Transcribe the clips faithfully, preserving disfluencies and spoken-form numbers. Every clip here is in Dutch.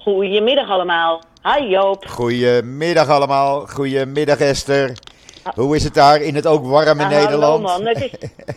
Goedemiddag allemaal. Hi Joop. Goedemiddag allemaal. Goedemiddag Esther. Hoe is het daar in het ook warme Ah, Nederland? Hallo man, het is,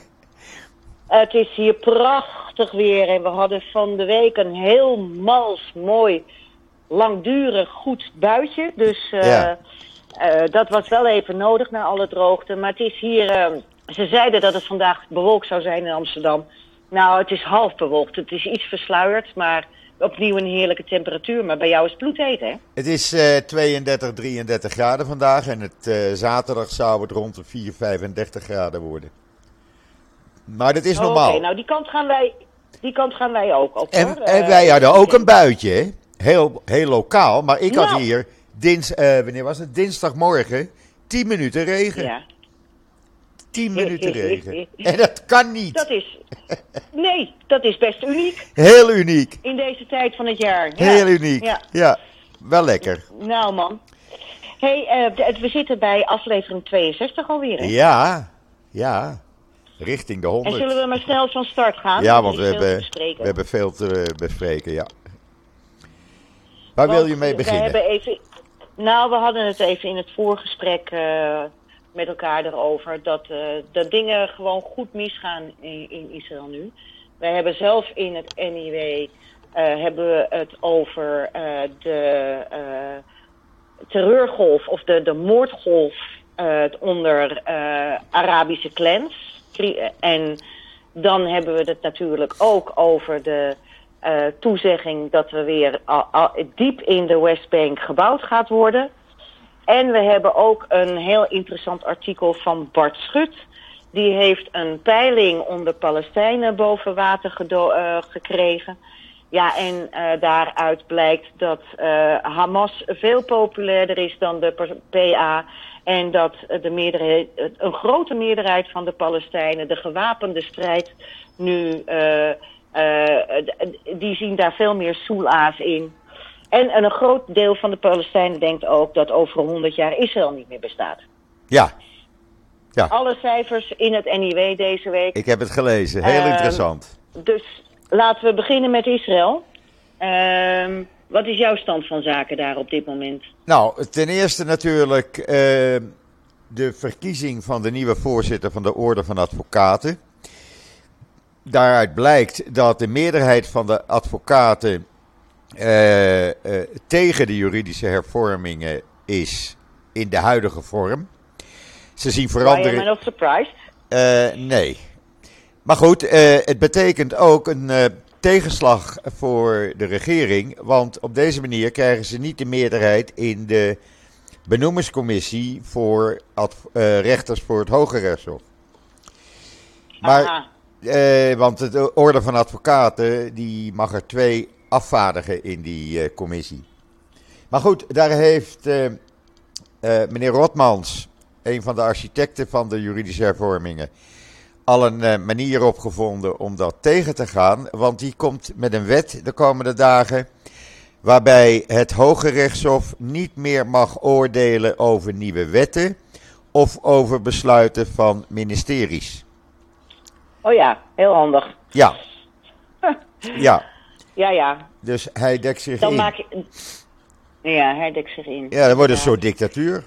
het is hier prachtig weer en we hadden van de week een heel mals, mooi, langdurig goed buitje. Dus uh, Ja. uh, dat was wel even nodig na alle droogte. Maar het is hier, uh, ze zeiden dat het vandaag bewolkt zou zijn in Amsterdam. Nou, het is half bewolkt. Het is iets versluierd, maar opnieuw een heerlijke temperatuur. Maar bij jou is het bloedheet, hè? Het is uh, tweeëndertig, drieëndertig graden vandaag en het, uh, zaterdag zou het rond de vier, vijfendertig graden worden. Maar dat is Oh, normaal. Oké, okay. Nou die kant gaan wij, die kant gaan wij ook op. En, hoor. en Uh, wij hadden ook een buitje, hè? Heel, heel lokaal. Maar ik had Nou. hier, dins, uh, wanneer was het? Dinsdagmorgen, tien minuten regen. Ja. tien minuten regen. En dat kan niet. Dat is, nee, dat is best uniek Heel uniek. in deze tijd van het jaar. Ja. Heel uniek. Ja. Ja, wel lekker. Nou man. Hey, uh, we zitten bij aflevering tweeënzestig alweer. Hè? Ja, ja. Richting de En honderd. zullen we maar snel van start gaan? Ja, Er want is we veel te hebben, bespreken. we hebben veel te bespreken, ja. Waar Want wil je mee we beginnen? hebben even, nou, we hadden het even in het voorgesprek uh, met elkaar erover dat, uh, dat dingen gewoon goed misgaan in, in Israël nu. Wij hebben zelf in het N I W uh, hebben we het over uh, de uh, terreurgolf of de, de moordgolf uh, onder uh, Arabische clans. En dan hebben we het natuurlijk ook over de uh, toezegging dat we weer uh, uh, diep in de Westbank gebouwd gaat worden. En we hebben ook een heel interessant artikel van Bart Schut. Die heeft een peiling onder Palestijnen boven water gedo- uh, gekregen. Ja, en uh, daaruit blijkt dat uh, Hamas veel populairder is dan de P A. En dat de meerderheid, een grote meerderheid van de Palestijnen de gewapende strijd nu, uh, uh, die zien daar veel meer soelaas in. En, en een groot deel van de Palestijnen denkt ook dat over honderd jaar Israël niet meer bestaat. Ja. Ja. Alle cijfers in het N I W deze week. Ik heb het gelezen. Heel uh, interessant. Dus laten we beginnen met Israël. Uh, wat is jouw stand van zaken daar op dit moment? Nou, ten eerste natuurlijk uh, de verkiezing van de nieuwe voorzitter van de Orde van Advocaten. Daaruit blijkt dat de meerderheid van de advocaten uh, uh, tegen de juridische hervormingen is in de huidige vorm. Ze zien veranderen. Why am I not surprised? Uh, nee. Maar goed, uh, het betekent ook een uh, tegenslag voor de regering. Want op deze manier krijgen ze niet de meerderheid in de benoemingscommissie voor adv- uh, rechters voor het Hoge Rechtshof. Maar, uh, want de Orde van Advocaten die mag er twee afvaardigen in die uh, commissie. Maar goed, daar heeft uh, uh, meneer Rotmans, een van de architecten van de juridische hervormingen, al een uh, manier op gevonden om dat tegen te gaan. Want die komt met een wet de komende dagen, waarbij het Hoge Rechtshof niet meer mag oordelen over nieuwe wetten of over besluiten van ministeries. Oh ja, heel handig. Ja. Ja. Ja, ja. Dus hij dekt zich Dan in. maak je... Ja, hij dekt zich in. Ja, dat wordt een soort dictatuur.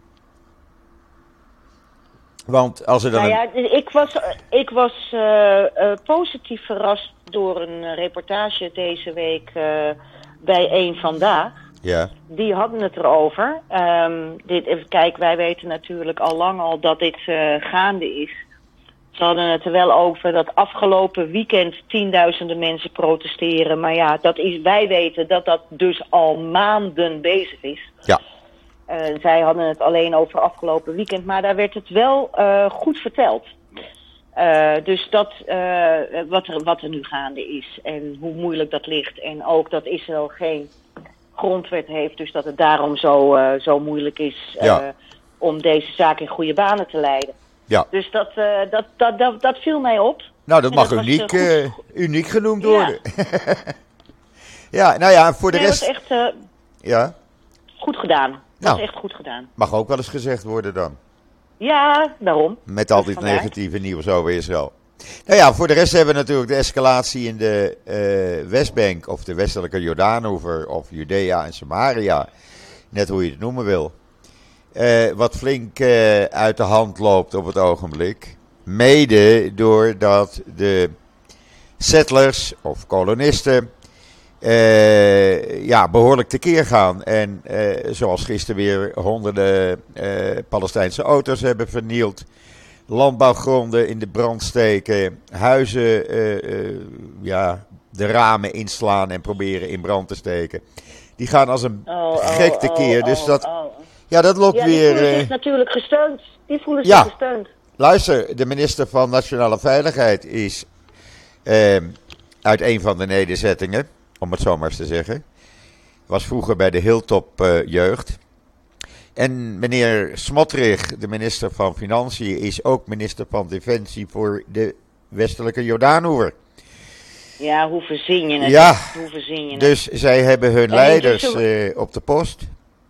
Want als er dan... Nou ja, ik was, ik was uh, uh, positief verrast door een reportage deze week uh, bij Eén Vandaag. Ja. Die hadden het erover. Um, dit, even kijk, wij weten natuurlijk al lang al dat dit uh, gaande is. Ze hadden het er wel over dat afgelopen weekend tienduizenden mensen protesteren. Maar ja, dat is, wij weten dat dat dus al maanden bezig is. Ja. Uh, zij hadden het alleen over afgelopen weekend, maar daar werd het wel uh, goed verteld. Uh, dus dat, uh, wat, er, wat er nu gaande is en hoe moeilijk dat ligt. En ook dat Israël geen grondwet heeft, dus dat het daarom zo, uh, zo moeilijk is uh, Ja. om deze zaak in goede banen te leiden. Ja. Dus dat, uh, dat, dat, dat, dat viel mij op. Nou, dat En mag dat was, uniek, uh, uh, uniek genoemd Ja. worden. Ja, nou ja, voor de Nee, dat rest... was echt uh, Ja, goed gedaan. Dat Nou. is echt goed gedaan. mag ook wel eens gezegd worden dan. Ja, daarom. Met al Dus dit vandaar. negatieve nieuws over Israël. Nou ja, voor de rest hebben we natuurlijk de escalatie in de uh, Westbank of de westelijke Jordaanoever of Judea en Samaria. Net hoe je het noemen wil. Uh, wat flink uh, uit de hand loopt op het ogenblik. Mede doordat de settlers of kolonisten uh, ja, behoorlijk tekeer gaan. En uh, zoals gisteren weer honderden uh, Palestijnse auto's hebben vernield. Landbouwgronden in de brand steken. Huizen, uh, uh, ja, de ramen inslaan en proberen in brand te steken. Die gaan als een oh, gek tekeer. Oh, dus dat, oh, oh. ja, dat loopt ja, die weer... voelen Uh, zich natuurlijk gesteund. Die voelen ja. zich gesteund. Luister, de minister van Nationale Veiligheid is uh, uit een van de nederzettingen, om het zo maar eens te zeggen. Was vroeger bij de Hilltop uh, Jeugd. En meneer Smotrich, de minister van Financiën, is ook minister van Defensie voor de westelijke Jordaanoever. Ja, hoe verzin je het? Ja, hoe verzin je het? Dus zij hebben hun en leiders intussen... uh, op de post.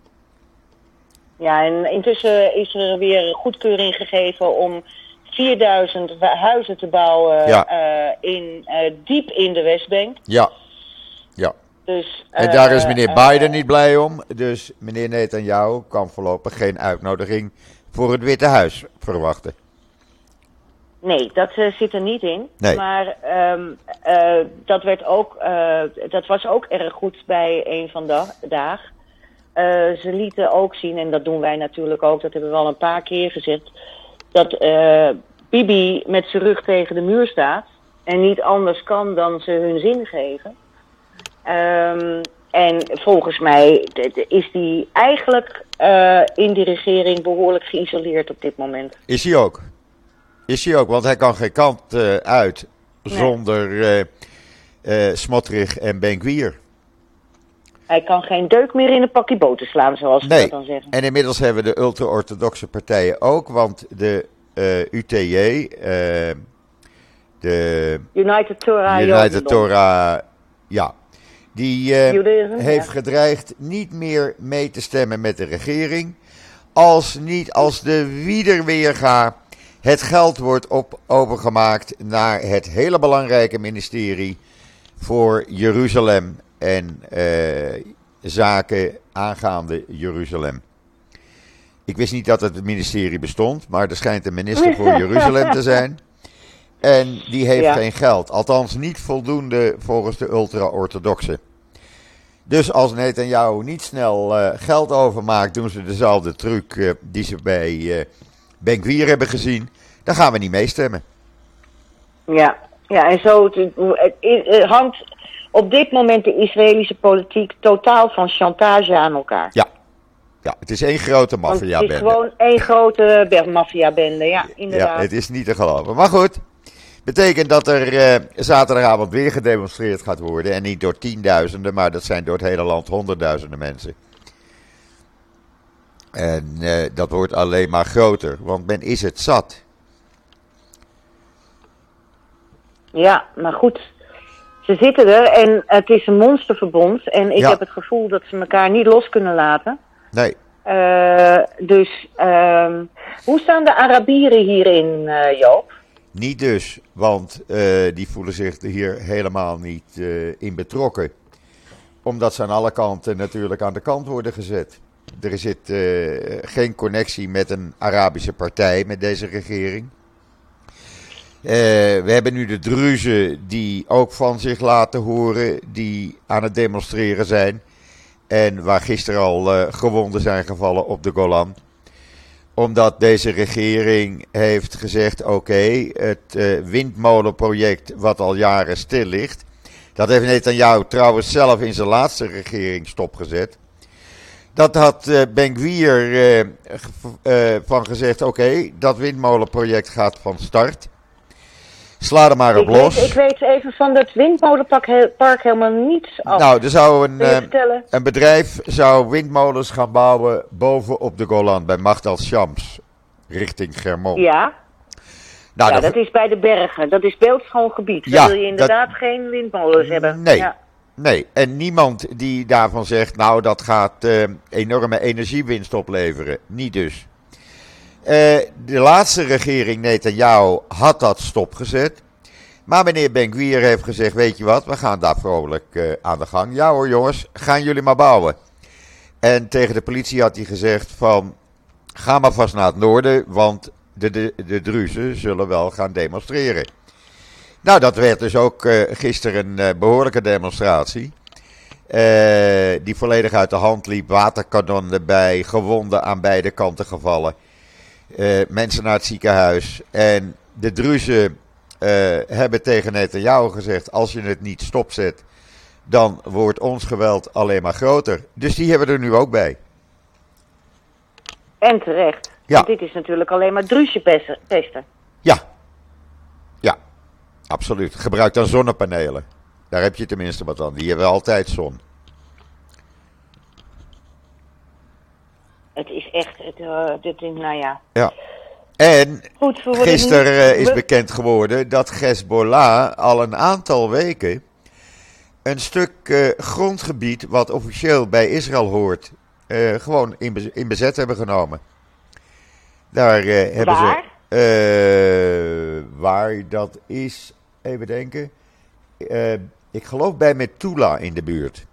Ja, en intussen is er weer goedkeuring gegeven om vierduizend huizen te bouwen ja. uh, in, uh, diep in de Westbank. Ja, ja. Dus, en uh, daar is meneer uh, Biden uh, niet blij om. Dus meneer Netanyahu kan voorlopig geen uitnodiging voor het Witte Huis verwachten. Nee, dat uh, zit er niet in. Nee. Maar um, uh, dat, werd ook, uh, dat was ook erg goed bij een vandaag. Uh, ze lieten ook zien, en dat doen wij natuurlijk ook, dat hebben we al een paar keer gezegd, dat uh, Bibi met zijn rug tegen de muur staat en niet anders kan dan ze hun zin geven. Um, en volgens mij is die eigenlijk uh, in die regering behoorlijk geïsoleerd op dit moment. Is hij ook. Is hij ook, want hij kan geen kant uh, uit zonder uh, uh, Smotrich en Ben-Gvir. Hij kan geen deuk meer in een pakje boter slaan, zoals ze nee. dat dan zeggen. En inmiddels hebben de ultra-orthodoxe partijen ook, want de uh, U T J, uh, de United Torah, United Torah, ja, die uh, Judaism, heeft ja. gedreigd niet meer mee te stemmen met de regering, als niet als de Wiederweerga het geld wordt op, overgemaakt naar het hele belangrijke ministerie voor Jeruzalem en uh, zaken aangaande Jeruzalem. Ik wist niet dat het ministerie bestond, maar er schijnt een minister voor Jeruzalem te zijn. En die heeft ja. geen geld. Althans niet voldoende volgens de ultra-orthodoxen. Dus als Netanyahu niet snel uh, geld overmaakt, doen ze dezelfde truc uh, die ze bij uh, Ben-Gvir hebben gezien. Dan gaan we niet meestemmen. Ja, ja, en zo het, het, het hangt op dit moment de Israëlische politiek totaal van chantage aan elkaar. Ja, ja, het is één grote maffiabende. Het is gewoon één grote maffiabende, ja, inderdaad. Ja, het is niet te geloven. Maar goed, betekent dat er uh, zaterdagavond weer gedemonstreerd gaat worden. En niet door tienduizenden, maar dat zijn door het hele land honderdduizenden mensen. En uh, dat wordt alleen maar groter, want men is het zat. Ja, maar goed, ze zitten er en het is een monsterverbond. En ik ja. heb het gevoel dat ze elkaar niet los kunnen laten. Nee. Uh, dus, uh, hoe staan de Arabieren hierin, uh, Joop? Niet dus, want uh, die voelen zich hier helemaal niet uh, in betrokken. Omdat ze aan alle kanten natuurlijk aan de kant worden gezet. Er zit uh, geen connectie met een Arabische partij, met deze regering. Uh, we hebben nu de Druzen die ook van zich laten horen, die aan het demonstreren zijn. En waar gisteren al uh, gewonden zijn gevallen op de Golan. Omdat deze regering heeft gezegd, oké, okay, het uh, windmolenproject wat al jaren stil ligt. Dat heeft Netanyahu trouwens zelf in zijn laatste regering stopgezet. Dat had uh, Ben-Gvir uh, uh, van gezegd, oké, okay, dat windmolenproject gaat van start. Sla er maar op ik los. Weet, ik weet even van dat windmolenpark helemaal niets af. Nou, er zou een, uh, een bedrijf zou windmolens gaan bouwen boven op de Golan bij Magdal Shams, richting Germon. Ja, nou, ja dat, dat is bij de bergen. Dat is beeldschoon gebied. Ja, Daar wil je inderdaad dat, geen windmolens hebben. Nee, ja. nee. En niemand die daarvan zegt, nou dat gaat uh, enorme energiewinst opleveren. Niet dus. de laatste regering Netanyahu had dat stopgezet. Maar meneer Ben-Gvir heeft gezegd, weet je wat, we gaan daar vrolijk uh, aan de gang. Ja hoor jongens, gaan jullie maar bouwen. En tegen de politie had hij gezegd van, ga maar vast naar het noorden, want de, de, de Druzen zullen wel gaan demonstreren. Nou, dat werd dus ook uh, gisteren een uh, behoorlijke demonstratie. Uh, die volledig uit de hand liep, waterkanonnen erbij, gewonden aan beide kanten gevallen. Uh, mensen naar het ziekenhuis. En de Druzen uh, hebben tegen Netanyahu gezegd, als je het niet stopzet, dan wordt ons geweld alleen maar groter. Dus die hebben er nu ook bij. En terecht. Ja. Want dit is natuurlijk alleen maar Druusje pesten. Ja. Ja, absoluut. Gebruik dan zonnepanelen. Daar heb je tenminste wat aan. Die hebben altijd zon. Het is echt, het, uh, dit is, nou ja. Ja. En Goed, gisteren uh, is bekend geworden dat Hezbollah al een aantal weken een stuk uh, grondgebied wat officieel bij Israël hoort, uh, gewoon in, bez- in bezet hebben genomen. Daar uh, hebben waar? ze, uh, waar dat is, even denken, uh, ik geloof bij Metula in de buurt.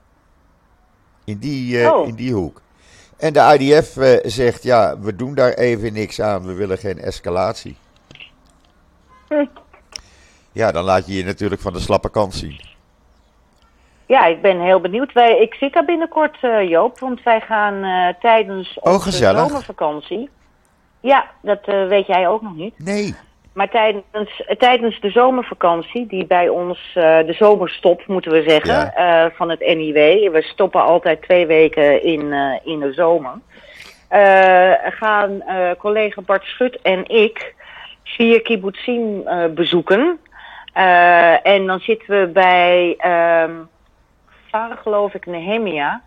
In die, uh, oh. in die hoek. En de I D F uh, zegt, ja, we doen daar even niks aan, we willen geen escalatie. Hm. Ja, dan laat je je natuurlijk van de slappe kant zien. Ja, ik ben heel benieuwd. Wij, ik zit daar binnenkort, uh, Joop, want wij gaan uh, tijdens Oh, onze gezellig. zomervakantie. Ja, dat uh, weet jij ook nog niet. Nee. Maar tijdens, uh, tijdens de zomervakantie, die bij ons uh, de zomerstop, moeten we zeggen, Ja. uh, van het N I W. We stoppen altijd twee weken in, uh, in de zomer. Uh, gaan uh, collega Bart Schut en ik vier kibbutzim uh, bezoeken. Uh, en dan zitten we bij um, Var, geloof ik, Nehemia.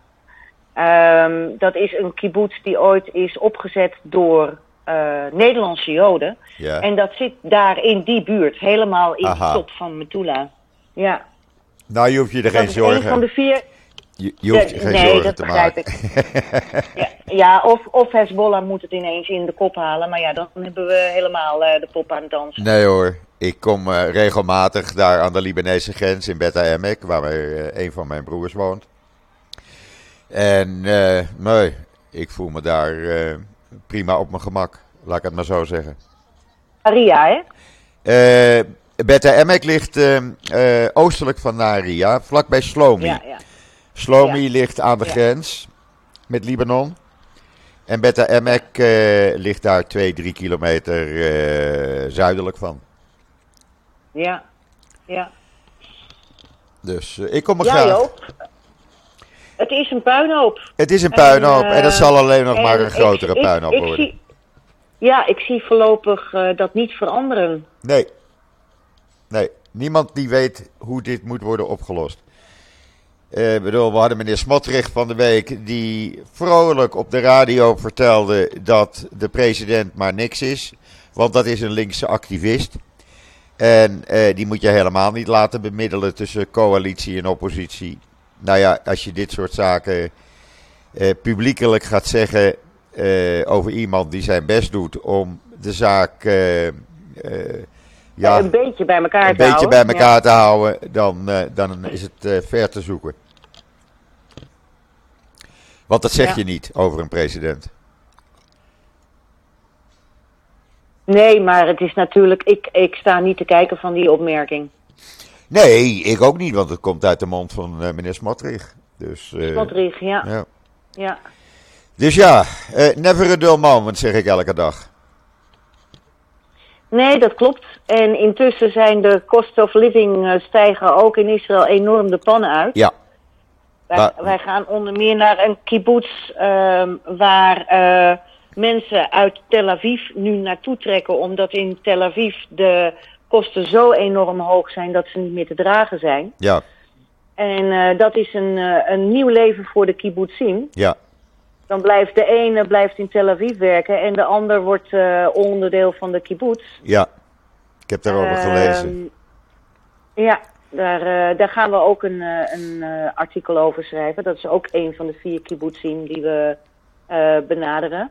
Um, dat is een kibbutz die ooit is opgezet door uh, Nederlandse Joden. Ja. En dat zit daar in die buurt, helemaal in Aha. de top van Metula. Ja. Nou, je hoeft je er Dat geen is zorgen... een van de vier... Je, je hoeft je Ja, geen nee, zorgen dat te begrijp maken. ja, ja, of, of Hezbollah moet het ineens in de kop halen. Maar ja, dan hebben we helemaal uh, de pop aan het dansen. Nee hoor, ik kom uh, regelmatig daar aan de Libanese grens in Beta Emek, waar uh, een van mijn broers woont. En uh, nee, ik voel me daar uh, prima op mijn gemak, laat ik het maar zo zeggen. Aria, hè? Uh, Beta Emek ligt uh, uh, oostelijk van Naria, vlakbij Slomi. Ja, ja. Slomi Ja. ligt aan de Ja. grens met Libanon. En Beta Emek uh, ligt daar twee, drie kilometer uh, zuidelijk van. Ja, ja. Dus uh, ik kom er Ja, graag. Joop. Het is een puinhoop. Het is een puinhoop en, En, en dat uh, zal alleen nog maar en een grotere ik, ik, puinhoop ik worden. Zie, ja, ik zie voorlopig uh, dat niet veranderen. Nee. Nee, niemand die weet hoe dit moet worden opgelost. Uh, bedoel, we hadden meneer Smotrich van de week die vrolijk op de radio vertelde dat de president maar niks is. Want dat is een linkse activist. En uh, die moet je helemaal niet laten bemiddelen tussen coalitie en oppositie. Nou ja, als je dit soort zaken uh, publiekelijk gaat zeggen uh, over iemand die zijn best doet om de zaak uh, uh, ja, een beetje bij elkaar een te beetje houden. bij elkaar Ja. te houden, dan, uh, dan is het uh, ver te zoeken. Want dat zeg Ja. je niet over een president. Nee, maar het is natuurlijk... Ik, ik sta niet te kijken van die opmerking. Nee, ik ook niet, want het komt uit de mond van uh, meneer Smotrich. Dus, uh, Smotrich, ja. ja. ja. Dus ja, uh, never a dull moment, zeg ik elke dag. Nee, dat klopt. En intussen zijn de cost of living uh, stijgen ook in Israël enorm de pannen uit. Ja. Wij, Maar- wij gaan onder meer naar een kibbutz um, waar uh, mensen uit Tel Aviv nu naartoe trekken. Omdat in Tel Aviv de kosten zo enorm hoog zijn dat ze niet meer te dragen zijn. Ja, En uh, dat is een, uh, een nieuw leven voor de kibbutzim. ja, Dan blijft de ene blijft in Tel Aviv werken en de ander wordt uh, onderdeel van de kibbutz. ja. Ik heb daarover Ehm, gelezen. Ja, daar, uh, daar gaan we ook een, uh, een uh, artikel over schrijven. Dat is ook een van de vier kibbutzim die we uh, benaderen.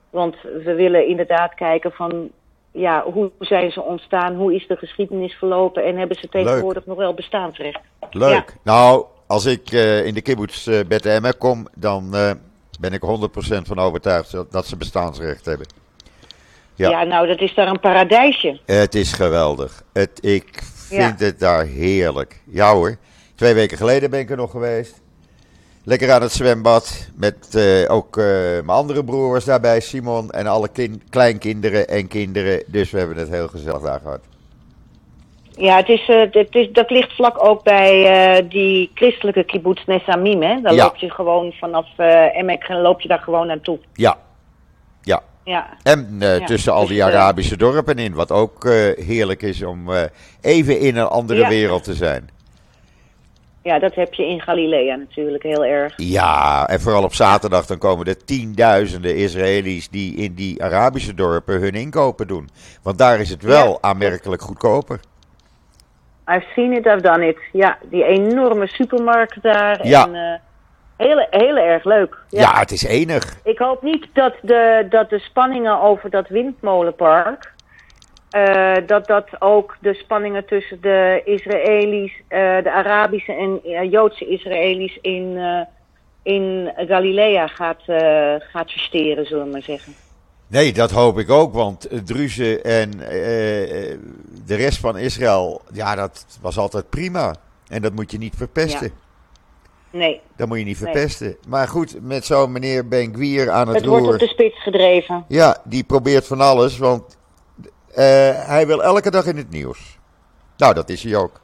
Want we willen inderdaad kijken van, ja, hoe zijn ze ontstaan? Hoe is de geschiedenis verlopen? En hebben ze tegenwoordig Leuk. nog wel bestaansrecht? Leuk. Ja. Nou, als ik uh, in de kibbutz uh, Beth Emmer kom, dan uh, ben ik honderd procent van overtuigd dat ze bestaansrecht hebben. Ja. ja, nou, dat is daar een paradijsje. Het is geweldig. Het, ik vind ja. het daar heerlijk. Ja hoor, twee weken geleden ben ik er nog geweest. Lekker aan het zwembad, met uh, ook uh, mijn andere broers daarbij, Simon en alle kind, kleinkinderen en kinderen. Dus we hebben het heel gezellig daar gehad. Ja, het is, uh, het is, dat ligt vlak ook bij uh, die christelijke kibbutz Nesamim, hè? Daar ja. loop je gewoon vanaf uh, Emek, loop je daar gewoon naartoe. Ja, ja. ja. En uh, ja. tussen al die Arabische dorpen in, wat ook uh, heerlijk is om uh, even in een andere ja. wereld te zijn. Ja, dat heb je in Galilea natuurlijk heel erg. Ja, en vooral op zaterdag dan komen er tienduizenden Israëli's die in die Arabische dorpen hun inkopen doen. Want daar is het wel ja. aanmerkelijk goedkoper. I've seen it, I've done it. Ja, die enorme supermarkt daar. Ja. En, uh, heel, heel erg leuk. Ja. ja, het is enig. Ik hoop niet dat de, dat de spanningen over dat windmolenpark... Uh, dat dat ook de spanningen tussen de Israëli's, uh, de Arabische en uh, Joodse Israëli's in, uh, in Galilea gaat, uh, gaat versteren, zullen we maar zeggen. Nee, dat hoop ik ook, want Druze en uh, de rest van Israël, ja, dat was altijd prima. En dat moet je niet verpesten. Ja. Nee. Dat moet je niet verpesten. Nee. Maar goed, met zo'n meneer Ben-Gvir aan het, het roer... Het wordt op de spits gedreven. Ja, die probeert van alles, want... Uh, hij wil elke dag in het nieuws. Nou, dat is hij ook.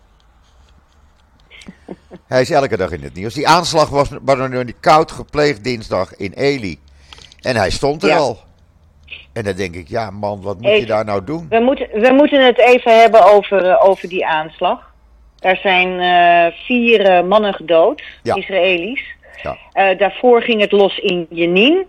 Hij is elke dag in het nieuws. Die aanslag was, was nog niet koud gepleegd dinsdag in Eli. En hij stond er ja. al. En dan denk ik, ja man, wat moet even, je daar nou doen? We moeten, we moeten het even hebben over, uh, over die aanslag. Daar zijn uh, vier uh, mannen gedood, ja. Israëli's. Ja. Uh, daarvoor ging het los in Jenin.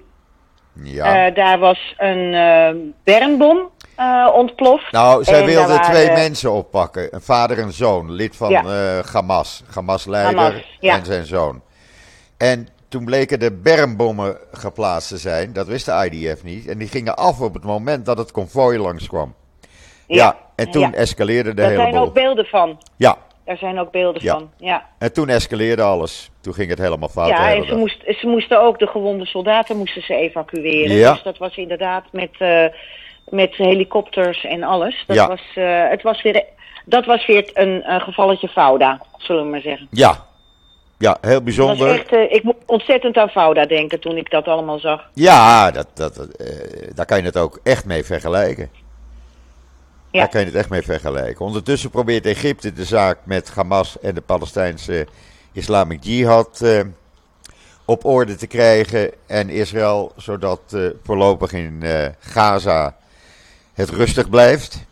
Ja. Uh, daar was een uh, bermbom. Uh, ontploft. Nou, zij wilden waren, twee uh, mensen oppakken. Een vader en zoon, lid van ja. uh, Hamas. Hamas-leider Hamas, ja. en zijn zoon. En toen bleken de bermbommen geplaatst te zijn. Dat wist de I D F niet. En die gingen af op het moment dat het konvooi langskwam. Ja, ja en toen ja. escaleerde de Daar hele boel. Daar zijn ook beelden van. Ja. Daar zijn ook beelden ja. van, ja. En toen escaleerde alles. Toen ging het helemaal fout. Ja, en ze, moest, ze moesten ook, de gewonde soldaten moesten ze evacueren. Ja. Dus dat was inderdaad met... Uh, Met helikopters en alles. Dat, ja. was, uh, het was weer, dat was weer een, een gevalletje Fauda, zullen we maar zeggen. Ja, ja, heel bijzonder. Dat was echt, uh, ik moet ontzettend aan Fauda denken toen ik dat allemaal zag. Ja, dat, dat, uh, daar kan je het ook echt mee vergelijken. Ja. Daar kan je het echt mee vergelijken. Ondertussen probeert Egypte de zaak met Hamas en de Palestijnse Islamic Jihad uh, op orde te krijgen. En Israël, zodat uh, voorlopig in uh, Gaza... het rustig blijft.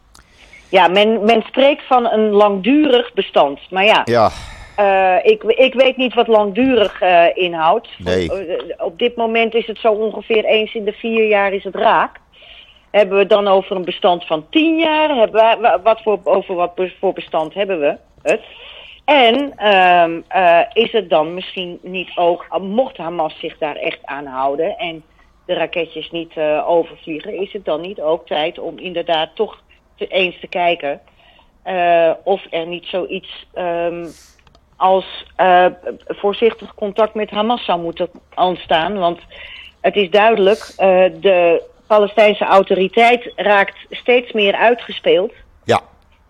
Ja, men, men spreekt van een langdurig bestand. Maar ja, ja. Uh, ik, ik weet niet wat langdurig uh, inhoudt. Nee. Uh, op dit moment is het zo ongeveer eens in de vier jaar is het raak. Hebben we dan over een bestand van tien jaar? Hebben we, wat voor, over wat voor bestand hebben we het? En uh, uh, is het dan misschien niet ook, mocht Hamas zich daar echt aan houden... en de raketjes niet uh, overvliegen, is het dan niet ook tijd om inderdaad toch te, eens te kijken uh, of er niet zoiets um, als uh, voorzichtig contact met Hamas zou moeten ontstaan. Want het is duidelijk, uh, de Palestijnse autoriteit raakt steeds meer uitgespeeld. Ja.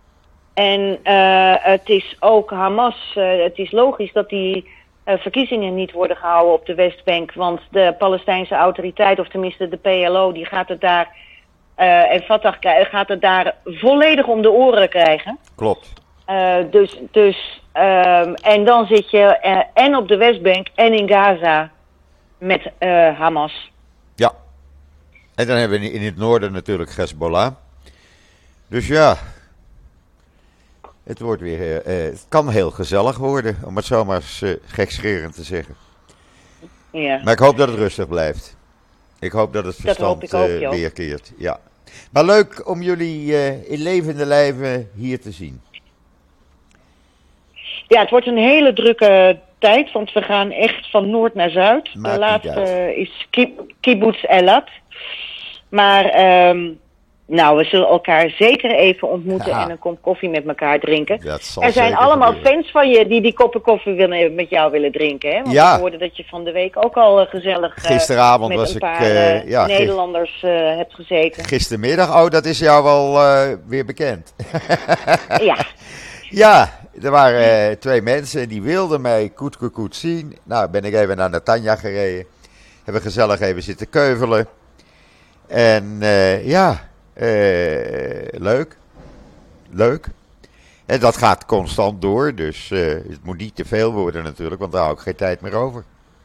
En uh, het is ook Hamas, uh, het is logisch dat die... Uh, verkiezingen niet worden gehouden op de Westbank, want de Palestijnse autoriteit, of tenminste de P L O, die gaat het daar, uh, en Fatah gaat het daar volledig om de oren krijgen. Klopt. Uh, dus, dus, um, en dan zit je uh, en op de Westbank en in Gaza met uh, Hamas. Ja. En dan hebben we in het noorden natuurlijk Hezbollah. Dus ja... Het wordt weer, uh, het kan heel gezellig worden, om het zomaar eens uh, gekscherend te zeggen. Ja. Maar ik hoop dat het rustig blijft. Ik hoop dat het verstand dat ook, uh, weerkeert. Ja. Maar leuk om jullie uh, in levende lijven hier te zien. Ja, het wordt een hele drukke tijd, want we gaan echt van noord naar zuid. Maakt de laatste uit. is Kib- Kibbutz Elat. Maar um, nou, we zullen elkaar zeker even ontmoeten Ja. en een kop koffie met elkaar drinken. Dat zal Er zijn zeker allemaal gebeuren. fans van je die die koppen koffie willen, met jou willen drinken. Hè? Want Ja. ik hoorde dat je van de week ook al uh, gezellig uh, Gisteravond met was een ik, paar uh, uh, ja, Nederlanders uh, hebt gezeten. Gistermiddag, oh, dat is jou wel uh, weer bekend. Ja. Ja, er waren uh, twee mensen die wilden mij koet koet koet zien. Nou, ben ik even naar Natanja gereden. Hebben gezellig even zitten keuvelen. En uh, ja, uh, leuk. Leuk. En dat gaat constant door, dus uh, het moet niet te veel worden natuurlijk, want daar hou ik geen tijd meer over.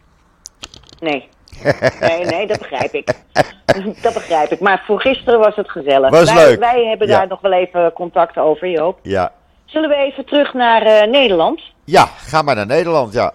Nee. Nee, nee, dat begrijp ik. Dat begrijp ik. Maar voor gisteren was het gezellig. Was wij, leuk. Wij hebben Ja. daar nog wel even contact over, Joop. Ja. Zullen we even terug naar uh, Nederland? Ja, ga maar naar Nederland, ja.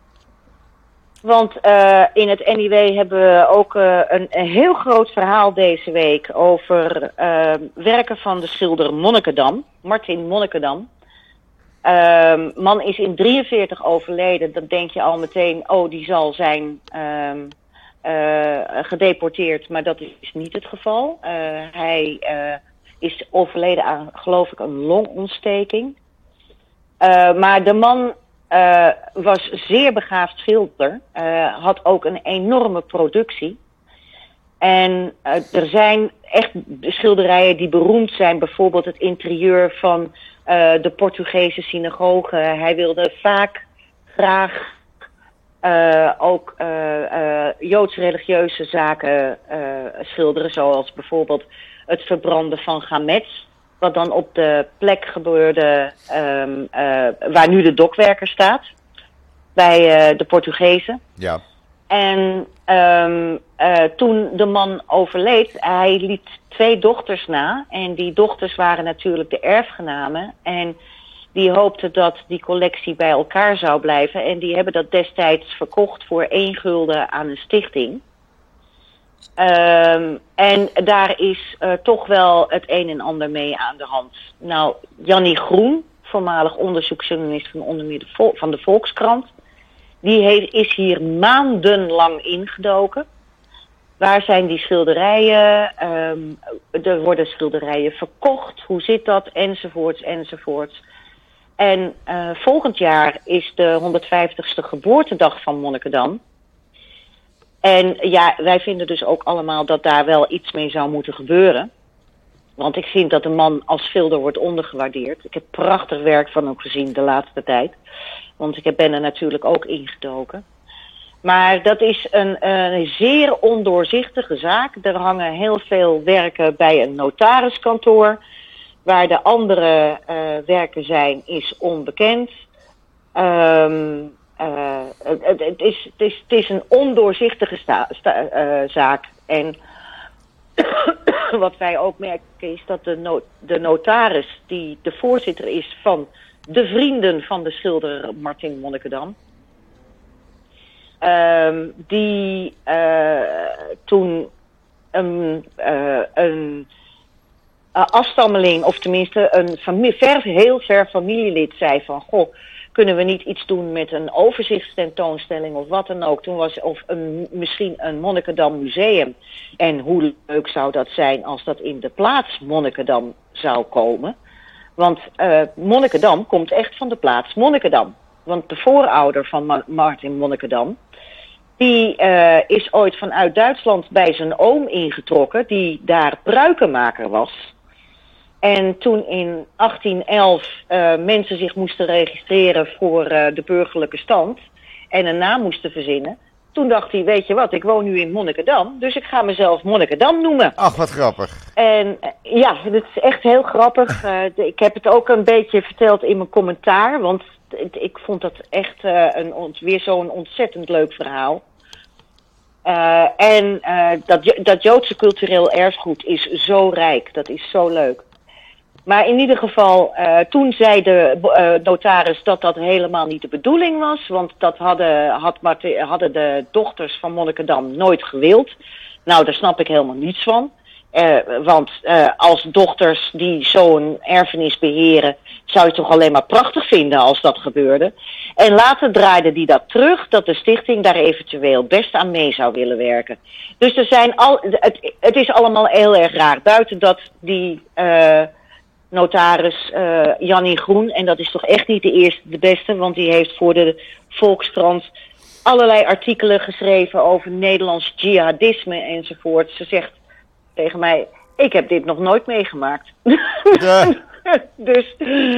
Want uh, in het N I W hebben we ook uh, een, een heel groot verhaal deze week over uh, werken van de schilder Monnikendam, Martin Monnikendam. Uh, man is in drieënveertig overleden, dan denk je al meteen, oh die zal zijn uh, uh, gedeporteerd, maar dat is niet het geval. Uh, hij uh, is overleden aan, geloof ik, een longontsteking. Uh, maar de man uh, was zeer begaafd schilder, uh, had ook een enorme productie. En uh, er zijn echt schilderijen die beroemd zijn, bijvoorbeeld het interieur van uh, de Portugese synagoge. Hij wilde vaak graag uh, ook uh, uh, joods-religieuze zaken uh, schilderen, zoals bijvoorbeeld het verbranden van gamets. Wat dan op de plek gebeurde um, uh, waar nu de dokwerker staat. Bij uh, de Portugezen. Ja. En um, uh, toen de man overleed, hij liet twee dochters na. En die dochters waren natuurlijk de erfgenamen. En die hoopten dat die collectie bij elkaar zou blijven. En die hebben dat destijds verkocht voor één gulden aan een stichting. Um, en daar is uh, toch wel het een en ander mee aan de hand. Nou, Jannie Groen, voormalig onderzoeksjournalist van onder meer de, Vol- van de Volkskrant, die heeft, is hier maandenlang ingedoken. Waar zijn die schilderijen? Um, er worden schilderijen verkocht. Hoe zit dat? Enzovoorts, enzovoorts. En uh, volgend jaar is de honderdvijftigste geboortedag van Monnikendam. En ja, wij vinden dus ook allemaal dat daar wel iets mee zou moeten gebeuren. Want ik vind dat de man als schilder wordt ondergewaardeerd. Ik heb prachtig werk van hem gezien de laatste tijd. Want ik ben er natuurlijk ook ingedoken. Maar dat is een, een zeer ondoorzichtige zaak. Er hangen heel veel werken bij een notariskantoor. Waar de andere uh, werken zijn, is onbekend. Um, uh, het, het, is, het, is, het is een ondoorzichtige sta, sta, uh, zaak. En wat wij ook merken is dat de, no, de notaris, die de voorzitter is van de vrienden van de schilder Martin Monnikendam, um, die uh, toen een, uh, een uh, afstammeling, of tenminste een familie, ver, heel ver familielid zei van, goh, kunnen we niet iets doen met een overzichtstentoonstelling of wat dan ook. Toen was of een, misschien een Monnikendam museum. En hoe leuk zou dat zijn als dat in de plaats Monnikendam zou komen. Want uh, Monnikendam komt echt van de plaats Monnikendam. Want de voorouder van Ma- Martin Monnikendam, die uh, is ooit vanuit Duitsland bij zijn oom ingetrokken, die daar pruikenmaker was. En toen in achttien elf uh, mensen zich moesten registreren voor uh, de burgerlijke stand en een naam moesten verzinnen, toen dacht hij, weet je wat, ik woon nu in Monnikendam, dus ik ga mezelf Monnikendam noemen. Ach, wat grappig. En uh, ja, dat is echt heel grappig. Uh, de, ik heb het ook een beetje verteld in mijn commentaar, want t- ik vond dat echt uh, een ont- weer zo'n ontzettend leuk verhaal. Uh, en uh, dat, dat Joodse cultureel erfgoed is zo rijk, dat is zo leuk. Maar in ieder geval, uh, toen zei de uh, notaris dat dat helemaal niet de bedoeling was. Want dat hadden, had Martin, hadden de dochters van Monnikendam nooit gewild. Nou, daar snap ik helemaal niets van. Uh, want uh, als dochters die zo'n erfenis beheren, zou je het toch alleen maar prachtig vinden als dat gebeurde. En later draaide die dat terug, dat de stichting daar eventueel best aan mee zou willen werken. Dus er zijn al, het, het is allemaal heel erg raar. Buiten dat die uh, notaris uh, Jannie Groen, en dat is toch echt niet de eerste, de beste, want die heeft voor de Volkskrant allerlei artikelen geschreven over Nederlands jihadisme enzovoort. Ze zegt tegen mij, ik heb dit nog nooit meegemaakt. Ja. dus,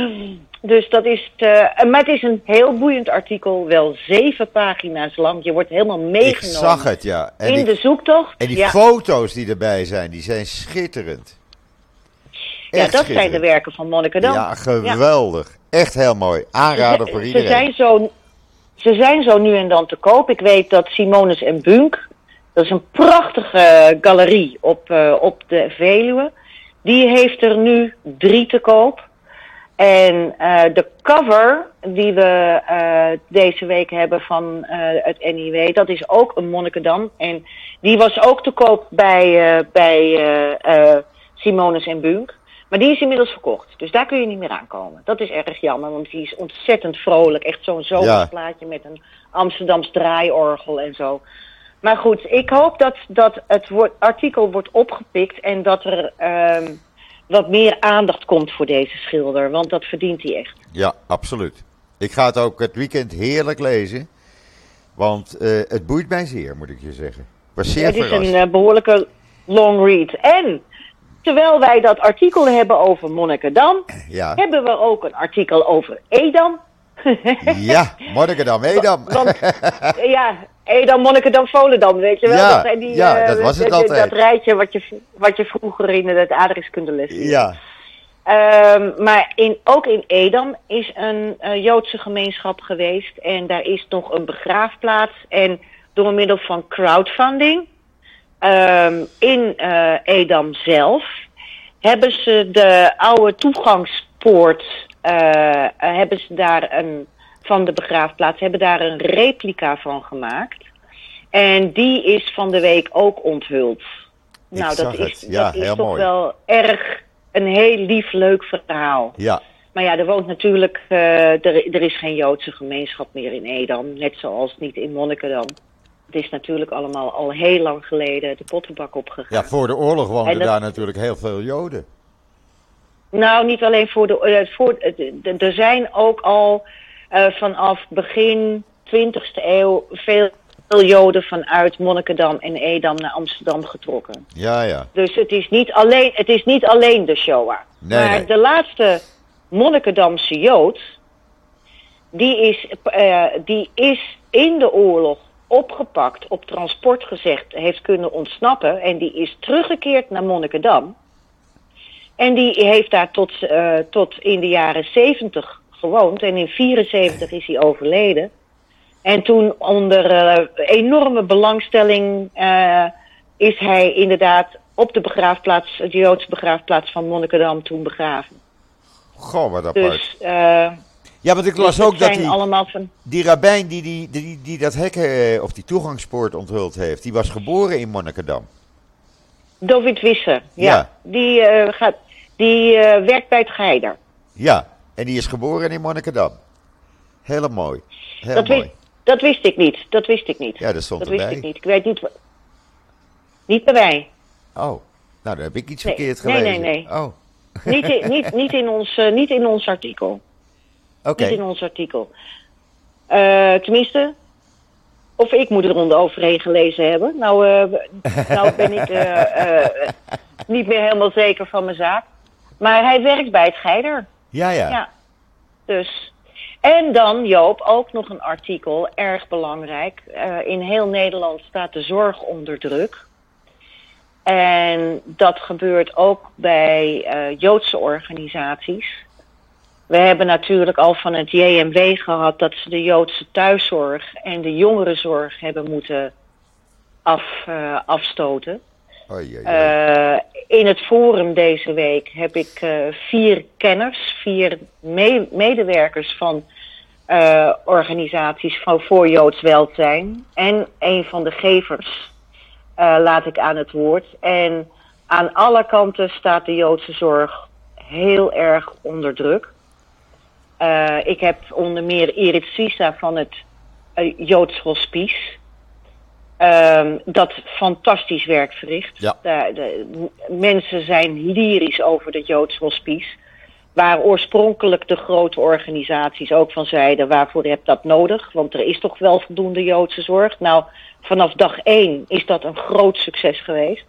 dus dat is het, uh, maar het is een heel boeiend artikel, wel zeven pagina's lang. Je wordt helemaal meegenomen. Ik zag het, ja. En in die, de zoektocht. En die ja. foto's die erbij zijn, die zijn schitterend. Echt ja, dat schitterend. Zijn de werken van Monnikendam. Ja, geweldig. Ja. Echt heel mooi. Aanrader ze, voor iedereen. Ze zijn, zo, ze zijn zo nu en dan te koop. Ik weet dat Simonus en Bunk, dat is een prachtige galerie op, uh, op de Veluwe. Die heeft er nu drie te koop. En uh, de cover die we uh, deze week hebben van uh, het N I W, dat is ook een Monnikendam. En die was ook te koop bij, uh, bij uh, uh, Simonus en Bunk. Maar die is inmiddels verkocht. Dus daar kun je niet meer aankomen. Dat is erg jammer, want die is ontzettend vrolijk. Echt zo'n zomerplaatje ja. met een Amsterdams draaiorgel en zo. Maar goed, ik hoop dat, dat het woord, artikel wordt opgepikt en dat er uh, wat meer aandacht komt voor deze schilder. Want dat verdient hij echt. Ja, absoluut. Ik ga het ook het weekend heerlijk lezen. Want uh, het boeit mij zeer, moet ik je zeggen. Ik was zeer het is verrast. een uh, behoorlijke long read. En terwijl wij dat artikel hebben over Monnikendam, ja. hebben we ook een artikel over Edam. Ja, Monnikendam, Edam. Want, ja, Edam, Monnikendam, Volendam, weet je wel. Ja, dat, zijn die, ja, dat was het uh, altijd. Dat rijtje wat je, wat je vroeger in het aardrijkskundeles leerde. Ja. Um, maar in, ook in Edam is een uh, Joodse gemeenschap geweest. En daar is nog een begraafplaats. En door middel van crowdfunding um, in uh, Edam zelf hebben ze de oude toegangspoort uh, uh, hebben ze daar een, van de begraafplaats, hebben daar een replica van gemaakt. En die is van de week ook onthuld. Ik nou, dat zag is, het. Ja, dat is heel toch mooi. wel erg een heel lief, leuk verhaal. Ja. Maar ja, er woont natuurlijk, uh, er, er is geen Joodse gemeenschap meer in Edam. Net zoals niet in Monnikendam. Het is natuurlijk allemaal al heel lang geleden de pottenbak opgegaan. Ja, voor de oorlog woonden dat, daar natuurlijk heel veel Joden. Nou, niet alleen voor de... Uh, voor, uh, er zijn ook al uh, vanaf begin twintigste eeuw veel Joden vanuit Monnikendam en Edam naar Amsterdam getrokken. Ja, ja. Dus het is niet alleen, het is niet alleen de Shoah. Nee, maar nee. de laatste Monnikendamse Jood, die is, uh, die is in de oorlog opgepakt, op transport gezet, heeft kunnen ontsnappen. En die is teruggekeerd naar Monnikendam. En die heeft daar tot, uh, tot in de jaren zeventig gewoond. En in vierenzeventig is hij overleden. En toen onder uh, enorme belangstelling uh, is hij inderdaad op de begraafplaats, de Joodse begraafplaats van Monnikendam, toen begraven. Goh, wat apart. Dus, uh, ja, want ik las dus ook dat die, allemaal van... die rabbijn die, die, die, die dat hekken of die toegangspoort onthuld heeft, die was geboren in Monnikendam. David Wisser, ja. Ja. Die, uh, gaat, die uh, werkt bij het Geider. Ja, en die is geboren in Monnikendam. Heel mooi. Heel dat, mooi. wist, dat wist ik niet. Dat wist ik niet. Ja, dat stond dat erbij. wist ik niet. Ik weet niet... Niet bij mij. Oh, nou dan heb ik iets nee. verkeerd nee, gelezen. Nee, nee, Oh. niet, in, niet, niet, in ons, uh, niet in ons artikel. Oké. Okay. Niet in ons artikel. Uh, tenminste, of ik moet er onder overheen gelezen hebben. Nou, uh, nou ben ik uh, uh, niet meer helemaal zeker van mijn zaak. Maar hij werkt bij het Geider. Ja, ja. Ja. Dus. En dan, Joop, ook nog een artikel, erg belangrijk. Uh, in heel Nederland staat de zorg onder druk. En dat gebeurt ook bij uh, Joodse organisaties. We hebben natuurlijk al van het J M W gehad dat ze de Joodse thuiszorg en de jongerenzorg hebben moeten af, uh, afstoten. Oei, oei, oei. Uh, in het forum deze week heb ik uh, vier kenners, vier me- medewerkers van uh, organisaties van voor Joods welzijn en een van de gevers uh, laat ik aan het woord. En aan alle kanten staat de Joodse zorg heel erg onder druk. Uh, ik heb onder meer Erit Sisa van het uh, Joods Hospice. Um, dat fantastisch werk verricht. Ja. De, de, mensen zijn lyrisch over het Joods Hospice. Waar oorspronkelijk de grote organisaties ook van zeiden, waarvoor heb je dat nodig? Want er is toch wel voldoende Joodse zorg. Nou, vanaf dag één is dat een groot succes geweest.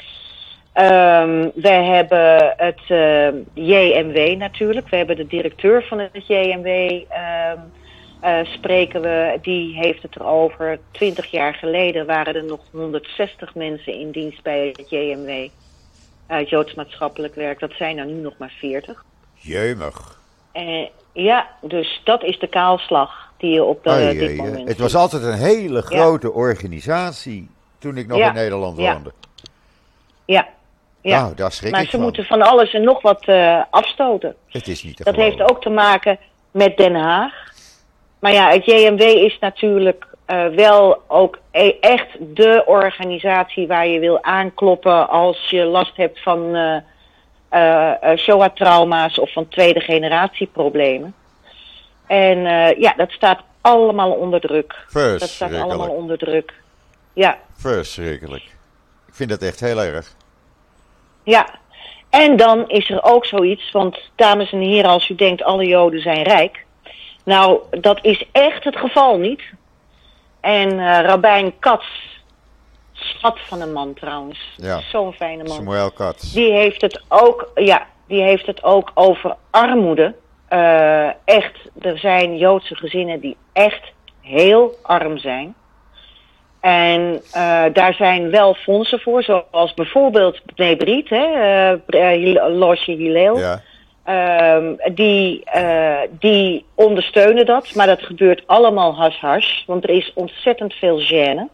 Um, wij hebben het uh, J M W natuurlijk. We hebben de directeur van het J M W, um, uh, spreken we. Die heeft het erover. Twintig jaar geleden waren er nog honderdzestig mensen in dienst bij het J M W. Uh, Joods maatschappelijk werk. Dat zijn er nu nog maar veertig. Jeumig. Uh, ja, dus dat is de kaalslag die je op de, Ai, dit ai, moment Het ziet. was altijd een hele grote ja. organisatie toen ik nog ja. in Nederland ja. woonde. Ja. Ja. Nou, daar schrik maar ik ze van. moeten van alles en nog wat uh, afstoten. Het is niet te Dat geloven. heeft ook te maken met Den Haag. Maar ja, het J M W is natuurlijk uh, wel ook e- echt de organisatie waar je wil aankloppen als je last hebt van uh, uh, uh, Shoah-trauma's of van tweede generatie problemen. En uh, ja, dat staat allemaal onder druk. Dat staat allemaal onder druk. Ja. Verschrikkelijk. Ik vind dat echt heel erg. Ja, en dan is er ook zoiets, want dames en heren, als u denkt alle Joden zijn rijk. Nou, dat is echt het geval niet. En uh, Rabbijn Katz, schat van een man trouwens, ja. zo'n fijne man. Samuel Katz. Die heeft het ook, ja, die heeft het ook over armoede. Uh, echt, er zijn Joodse gezinnen die echt heel arm zijn. En uh, daar zijn wel fondsen voor, zoals bijvoorbeeld Bnei Brit, hè, uh, Losje Hillel. Ja. Uh, die, uh, die ondersteunen dat, maar dat gebeurt allemaal hash-hash, want er is ontzettend veel gêne.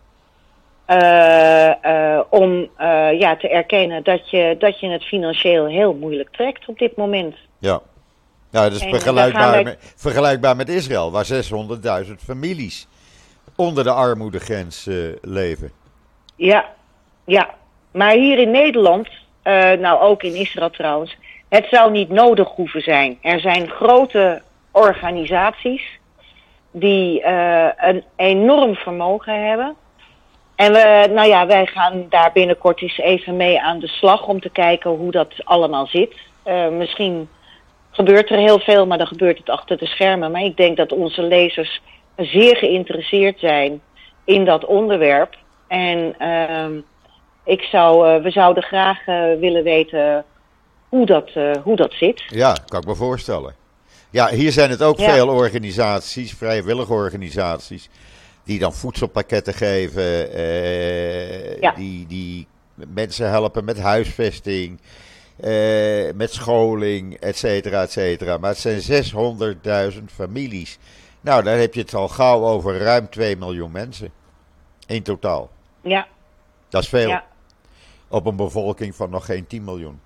Uh, uh, om uh, ja, te erkennen dat je, dat je het financieel heel moeilijk trekt op dit moment. Ja, ja dat is en, vergelijkbaar, wij... met, vergelijkbaar met Israël, waar zeshonderdduizend families onder de armoedegrens uh, leven. Ja, ja. Maar hier in Nederland, uh, nou ook in Israël trouwens, het zou niet nodig hoeven zijn. Er zijn grote organisaties die uh, een enorm vermogen hebben. En we, nou ja, wij gaan daar binnenkort eens even mee aan de slag om te kijken hoe dat allemaal zit. Uh, misschien gebeurt er heel veel, maar dan gebeurt het achter de schermen. Maar ik denk dat onze lezers zeer geïnteresseerd zijn in dat onderwerp. En uh, ik zou, uh, we zouden graag uh, willen weten hoe dat, uh, hoe dat zit. Ja, kan ik me voorstellen. Ja, hier zijn het ook ja. veel organisaties, vrijwillige organisaties, die dan voedselpakketten geven, uh, ja. die, die mensen helpen met huisvesting, uh, met scholing, et cetera, et cetera. Maar het zijn zeshonderdduizend families. Nou, dan heb je het al gauw over ruim twee miljoen mensen. In totaal. Ja. Dat is veel. Ja. Op een bevolking van nog geen tien miljoen.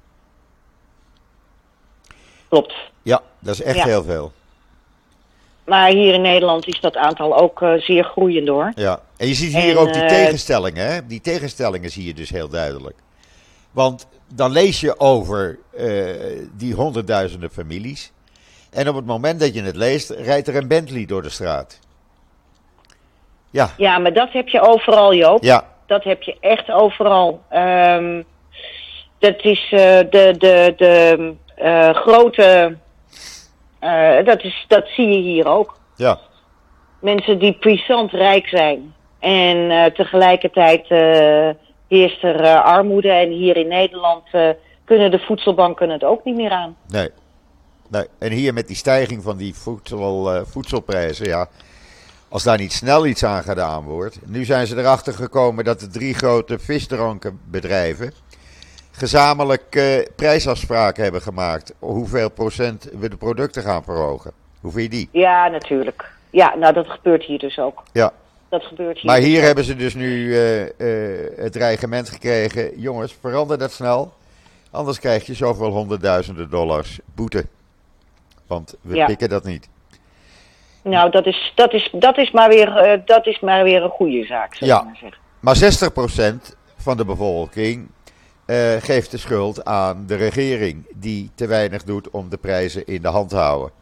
Klopt. Ja, dat is echt ja. heel veel. Maar hier in Nederland is dat aantal ook uh, zeer groeiend hoor. Ja, en je ziet hier en, ook die uh, tegenstellingen, hè? Die tegenstellingen zie je dus heel duidelijk. Want dan lees je over uh, die honderdduizenden families. En op het moment dat je het leest, rijdt er een Bentley door de straat. Ja. Ja, maar dat heb je overal, Joop. Ja. Dat heb je echt overal. Um, dat is uh, de, de, de uh, grote... Uh, dat, is, dat zie je hier ook. Ja. Mensen die puissant rijk zijn. En uh, tegelijkertijd uh, heerst er uh, armoede. En hier in Nederland uh, kunnen de voedselbanken het ook niet meer aan. Nee. Nee. En hier met die stijging van die voedsel, uh, voedselprijzen, ja... Als daar niet snel iets aan gedaan wordt. Nu zijn ze erachter gekomen dat de drie grote visdrankenbedrijven gezamenlijk uh, prijsafspraken hebben gemaakt. Hoeveel procent we de producten gaan verhogen. Hoe vind je die? Ja, natuurlijk. Ja, nou dat gebeurt hier dus ook. Ja. Dat gebeurt hier. Maar dus hier ook. hebben ze dus nu uh, uh, het dreigement gekregen. Jongens, verander dat snel. Anders krijg je zoveel honderdduizenden dollars boete. Want we ja. pikken dat niet. Nou, dat is, dat is, dat is, maar, weer, uh, dat is maar weer een goede zaak, zou ja, ik maar zeggen. Maar zestig procent van de bevolking uh, geeft de schuld aan de regering die te weinig doet om de prijzen in de hand te houden.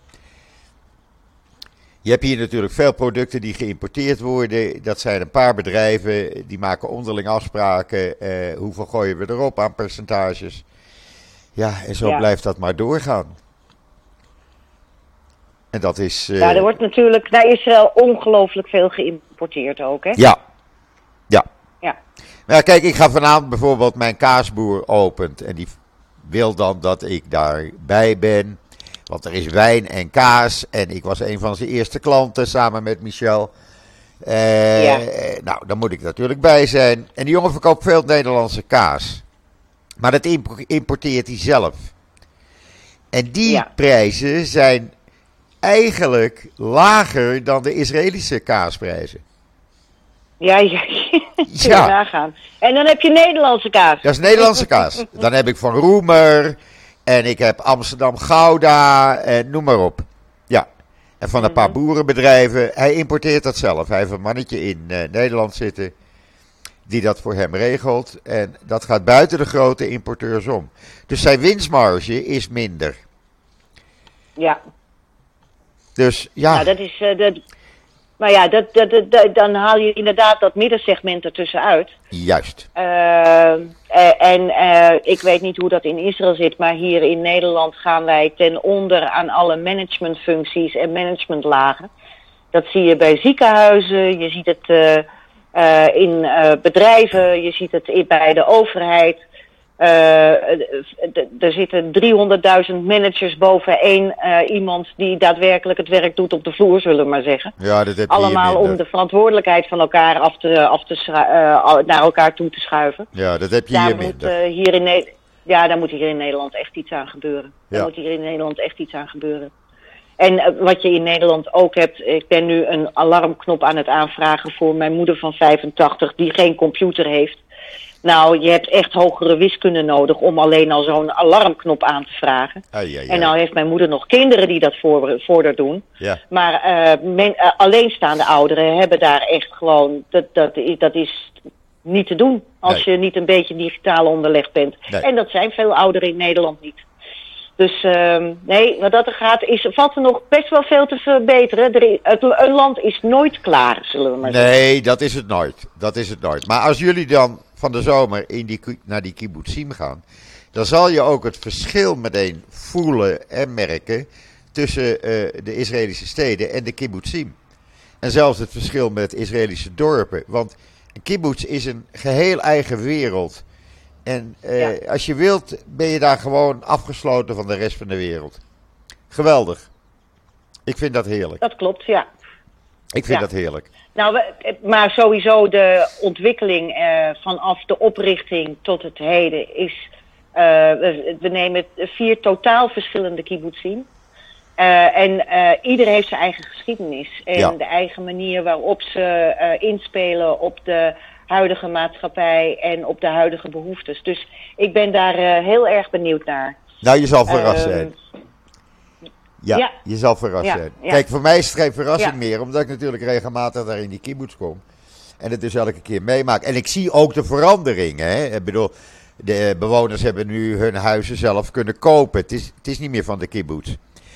Je hebt hier natuurlijk veel producten die geïmporteerd worden. Dat zijn een paar bedrijven, die maken onderling afspraken. Uh, hoeveel gooien we erop aan percentages? Ja, en zo ja. blijft dat maar doorgaan. En dat is... Uh... Ja, er wordt natuurlijk naar Israël ongelooflijk veel geïmporteerd ook, hè? Ja. Ja. Ja. Nou, kijk, ik ga vanavond bijvoorbeeld mijn kaasboer opent. En die wil dan dat ik daarbij ben. Want er is wijn en kaas. En ik was een van zijn eerste klanten samen met Michel. Uh, ja. Nou, dan moet ik natuurlijk bij zijn. En die jongen verkoopt veel Nederlandse kaas. Maar dat importeert hij zelf. En die ja. prijzen zijn eigenlijk lager dan de Israëlische kaasprijzen. Ja, ja, ja. Kun je ja. nagaan. En dan heb je Nederlandse kaas. Dat is Nederlandse kaas. Dan heb ik Van Roemer en ik heb Amsterdam Gouda en noem maar op. Ja. En van een paar boerenbedrijven. Hij importeert dat zelf. Hij heeft een mannetje in uh, Nederland zitten die dat voor hem regelt. En dat gaat buiten de grote importeurs om. Dus zijn winstmarge is minder. Ja. Dus ja. Nou, dat is... Uh, dat... Maar ja, dat, dat, dat, dat, dan haal je inderdaad dat middensegment ertussen uit. Juist. Uh, en uh, ik weet niet hoe dat in Israël zit, maar hier in Nederland gaan wij ten onder aan alle managementfuncties en managementlagen. Dat zie je bij ziekenhuizen, je ziet het uh, uh, in uh, bedrijven, je ziet het in, bij de overheid. Uh, er zitten driehonderdduizend managers boven één uh, iemand die daadwerkelijk het werk doet op de vloer, zullen we maar zeggen. Ja, dat heb je allemaal om de verantwoordelijkheid van elkaar af te, af te schu- uh, naar elkaar toe te schuiven. Ja, dat heb je daar hier moet, minder. Uh, hier in ne- ja, daar moet hier in Nederland echt iets aan gebeuren. Ja. Daar moet hier in Nederland echt iets aan gebeuren. En uh, wat je in Nederland ook hebt, ik ben nu een alarmknop aan het aanvragen voor mijn moeder van vijfentachtig die geen computer heeft. Nou, je hebt echt hogere wiskunde nodig om alleen al zo'n alarmknop aan te vragen. Ai, ai, ai. En nou heeft mijn moeder nog kinderen die dat voor, voor haar doen. Ja. Maar uh, men, uh, alleenstaande ouderen hebben daar echt gewoon... Dat, dat, is, dat is niet te doen als nee. je niet een beetje digitaal onderlegd bent. Nee. En dat zijn veel ouderen in Nederland niet. Dus uh, nee, wat dat er gaat, is, valt er nog best wel veel te verbeteren. Er, het, een land is nooit klaar, zullen we maar nee, zeggen. Nee, dat is het nooit. Dat is het nooit. Maar als jullie dan van de zomer in die, naar die kibbutzim gaan, dan zal je ook het verschil meteen voelen en merken tussen uh, de Israëlische steden en de kibbutzim. En zelfs het verschil met Israëlische dorpen. Want een kibbutz is een geheel eigen wereld. En uh, ja. als je wilt, ben je daar gewoon afgesloten van de rest van de wereld. Geweldig. Ik vind dat heerlijk. Dat klopt, ja. Ik vind ja. dat heerlijk. Nou, we, maar sowieso de ontwikkeling uh, vanaf de oprichting tot het heden is... Uh, we, we nemen vier totaal verschillende kibbutzim. Uh, en uh, ieder heeft zijn eigen geschiedenis. En ja. de eigen manier waarop ze uh, inspelen op de huidige maatschappij en op de huidige behoeftes. Dus ik ben daar uh, heel erg benieuwd naar. Nou, je zal verrast uh, zijn. Ja, ja, je zal verrast ja, zijn. Ja. Kijk, voor mij is het geen verrassing ja. meer, omdat ik natuurlijk regelmatig daar in die kibbutz kom. En het dus elke keer meemaak. En ik zie ook de veranderingen. Hè. Ik bedoel, de bewoners hebben nu hun huizen zelf kunnen kopen. Het is, het is niet meer van de kibbutz.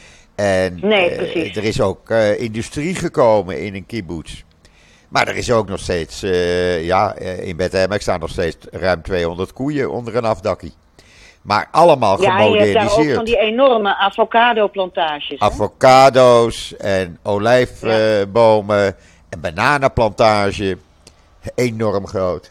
En nee, precies. Uh, er is ook uh, industrie gekomen in een kibbutz. Maar er is ook nog steeds, uh, ja, in Beth Emek staan nog steeds ruim tweehonderd koeien onder een afdakkie. Maar allemaal ja, gemoderniseerd. Ja, je hebt daar ook van die enorme avocado-plantages. Avocado's en olijfbomen ja. uh, en bananenplantage. Enorm groot.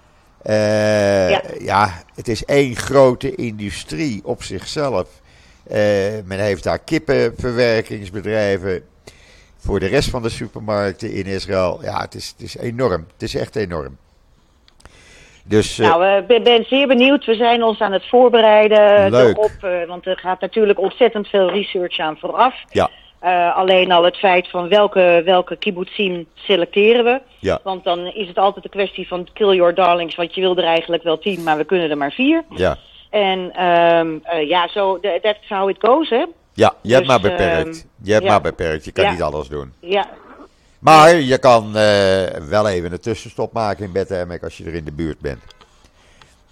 Uh, ja. ja, het is één grote industrie op zichzelf. Uh, men heeft daar kippenverwerkingsbedrijven. Voor de rest van de supermarkten in Israël. Ja, het is, het is enorm. Het is echt enorm. Dus, uh, nou, ik uh, ben zeer benieuwd. We zijn ons aan het voorbereiden leuk. erop. Uh, want er gaat natuurlijk ontzettend veel research aan vooraf. Ja. Uh, alleen al het feit van welke, welke kibbutzim selecteren we. Ja. Want dan is het altijd een kwestie van kill your darlings. Want je wil er eigenlijk wel tien, maar we kunnen er maar vier. Ja. En um, uh, ja, zo, so that's how it goes, hè. Ja, je dus, hebt maar beperkt. Um, je hebt ja. maar beperkt. Je kan ja. niet alles doen. Ja. Maar je kan uh, wel even een tussenstop maken in Beth Emek als je er in de buurt bent.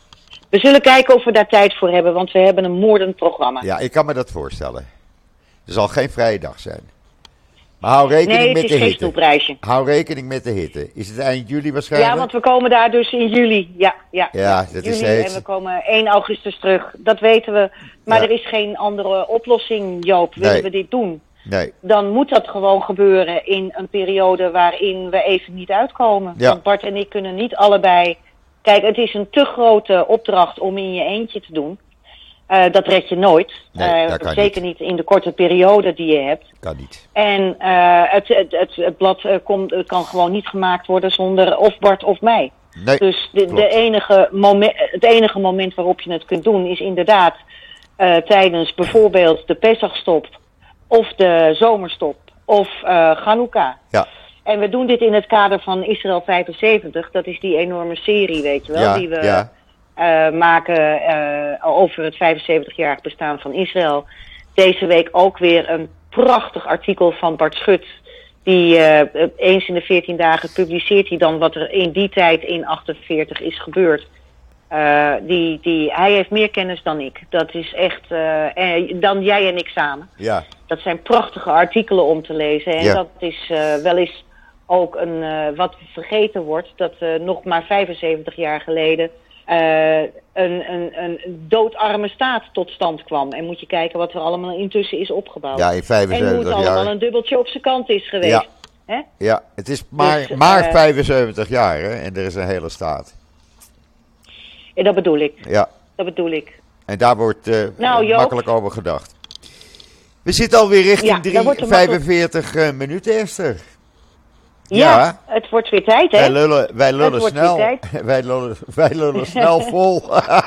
We zullen kijken of we daar tijd voor hebben, want we hebben een moordend programma. Ja, ik kan me dat voorstellen. Er zal geen vrije dag zijn. Maar hou rekening nee, met het de is geen hitte. snoepreisje. Hou rekening met de hitte. Is het eind juli waarschijnlijk? Ja, want we komen daar dus in juli. Ja, ja, Ja, dat juli is heet. en we komen één augustus terug. Dat weten we. Maar Ja. er is geen andere oplossing, Joop. Willen Nee. we dit doen? Nee. Dan moet dat gewoon gebeuren in een periode waarin we even niet uitkomen. Ja. Want Bart en ik kunnen niet allebei... Kijk, het is een te grote opdracht om in je eentje te doen. Uh, dat red je nooit. Nee, Uh, dat kan zeker niet. niet in de korte periode die je hebt. Kan niet. En uh, het, het, het, het blad uh, kom, uh, kan gewoon niet gemaakt worden zonder of Bart of mij. Nee, Dus de, klopt. de enige moment, het enige moment waarop je het kunt doen is inderdaad uh, tijdens bijvoorbeeld de Pesachstop of de zomerstop of uh, Chanukka. Ja. En we doen dit in het kader van Israël vijfenzeventig. Dat is die enorme serie, weet je wel, Ja, die we ja. uh, maken uh, over het vijfenzeventig-jarig bestaan van Israël. Deze week ook weer een prachtig artikel van Bart Schut. Die uh, eens in de veertien dagen publiceert hij dan wat er in die tijd in achtenveertig is gebeurd. Uh, die, die, hij heeft meer kennis dan ik. Dat is echt, uh, eh, dan jij en ik samen. Ja. Dat zijn prachtige artikelen om te lezen. En Ja. dat is uh, wel eens ook een, uh, wat vergeten wordt. Dat uh, nog maar vijfenzeventig jaar geleden uh, een, een, een doodarme staat tot stand kwam. En moet je kijken wat er allemaal intussen is opgebouwd. Ja, in en hoe vijfenzeventig het allemaal jaar. een dubbeltje op zijn kant is geweest. Ja. Hè? Ja, het is maar, Dus, maar uh, vijfenzeventig jaar hè, en er is een hele staat. En dat bedoel ik. Ja, Dat bedoel ik. en daar wordt uh, Nou, Joop. makkelijk over gedacht. We zitten alweer richting Ja, drie, daar wordt er makkelijk- vijfenveertig uh, minuten, Esther. Ja, Ja. het wordt weer tijd, hè? Wij lullen, wij lullen wordt snel. weer Wij lullen, wij lullen snel vol.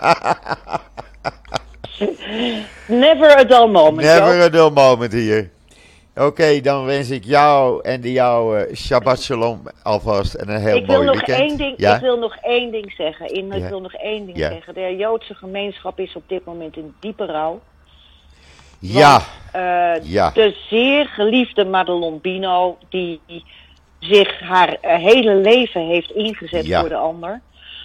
Never a dull moment, Never Joop. a dull moment hier. Oké, dan wens ik jou en de jou Shabbat Shalom alvast en een heel Ik wil, mooi nog weekend. één ding, Ja? ik wil nog één ding zeggen. In, ik Ja. wil nog één ding Ja. zeggen. De Joodse gemeenschap is op dit moment in diepe rouw. Ja, Uh, Ja. De zeer geliefde Madelon Bino, die zich haar uh, hele leven heeft ingezet Ja. voor de ander,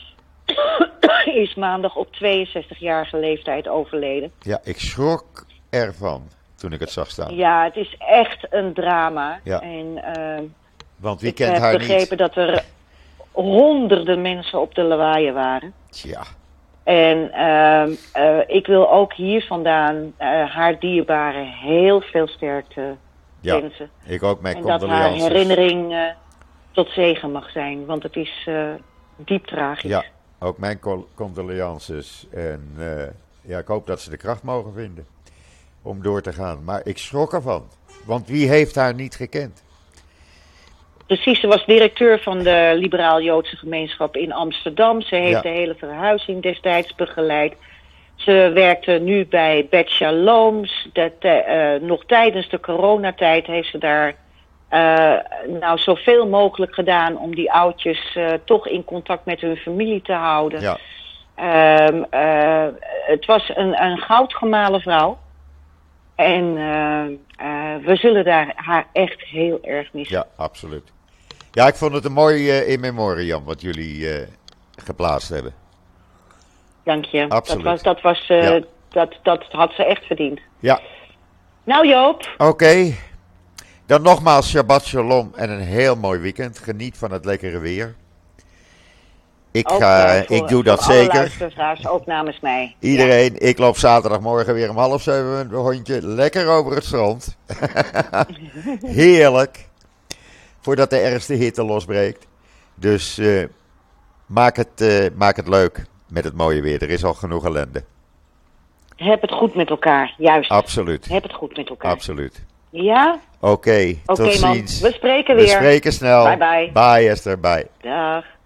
is maandag op tweeënzestigjarige leeftijd overleden. ja, ik schrok ervan toen ik het zag staan. Ja, het is echt een drama. Ja. En uh, Want wie ik kent heb haar begrepen niet? dat er honderden mensen op de lawaaien waren. Tja, En uh, uh, ik wil ook hier vandaan uh, haar dierbaren heel veel sterkte ja, wensen. ik ook mijn En dat haar condolences. herinnering uh, tot zegen mag zijn, want het is uh, diep tragisch. Ja, ook mijn col- condolences. En uh, ja, ik hoop dat ze de kracht mogen vinden om door te gaan. Maar ik schrok ervan, want wie heeft haar niet gekend? Precies, ze was directeur van de Liberaal-Joodse gemeenschap in Amsterdam. Ze heeft Ja. de hele verhuizing destijds begeleid. Ze werkte nu bij Bet Shalom. Dat, uh, nog tijdens de coronatijd heeft ze daar uh, nou zoveel mogelijk gedaan om die oudjes uh, toch in contact met hun familie te houden. Ja, Um, uh, het was een, een goudgemalen vrouw. En uh, uh, we zullen daar haar echt heel erg missen. ja, absoluut. Ja, ik vond het een mooi uh, in memoriam wat jullie uh, geplaatst hebben. Dank je. Absoluut. Dat, was, dat, was, uh, Ja. dat, dat had ze echt verdiend. Ja, Nou Joop, oké. Dan nogmaals Shabbat Shalom en een heel mooi weekend. Geniet van het lekkere weer. Ik, ook, ga, uh, voor, ik doe dat voor alle zeker. luisteraars, ook namens mij. Iedereen, ik loop zaterdagmorgen weer om half zeven met mijn hondje lekker over het strand. Heerlijk. Voordat de ergste hitte losbreekt. Dus uh, maak, het, uh, maak het leuk met het mooie weer. Er is al genoeg ellende. Ja. Heb het goed met elkaar, juist. Absoluut. Heb het goed met elkaar. Absoluut. Ja? Oké, Oké tot man, ziens. we spreken We weer. spreken snel. Bye bye. Bye Esther, bye. Dag.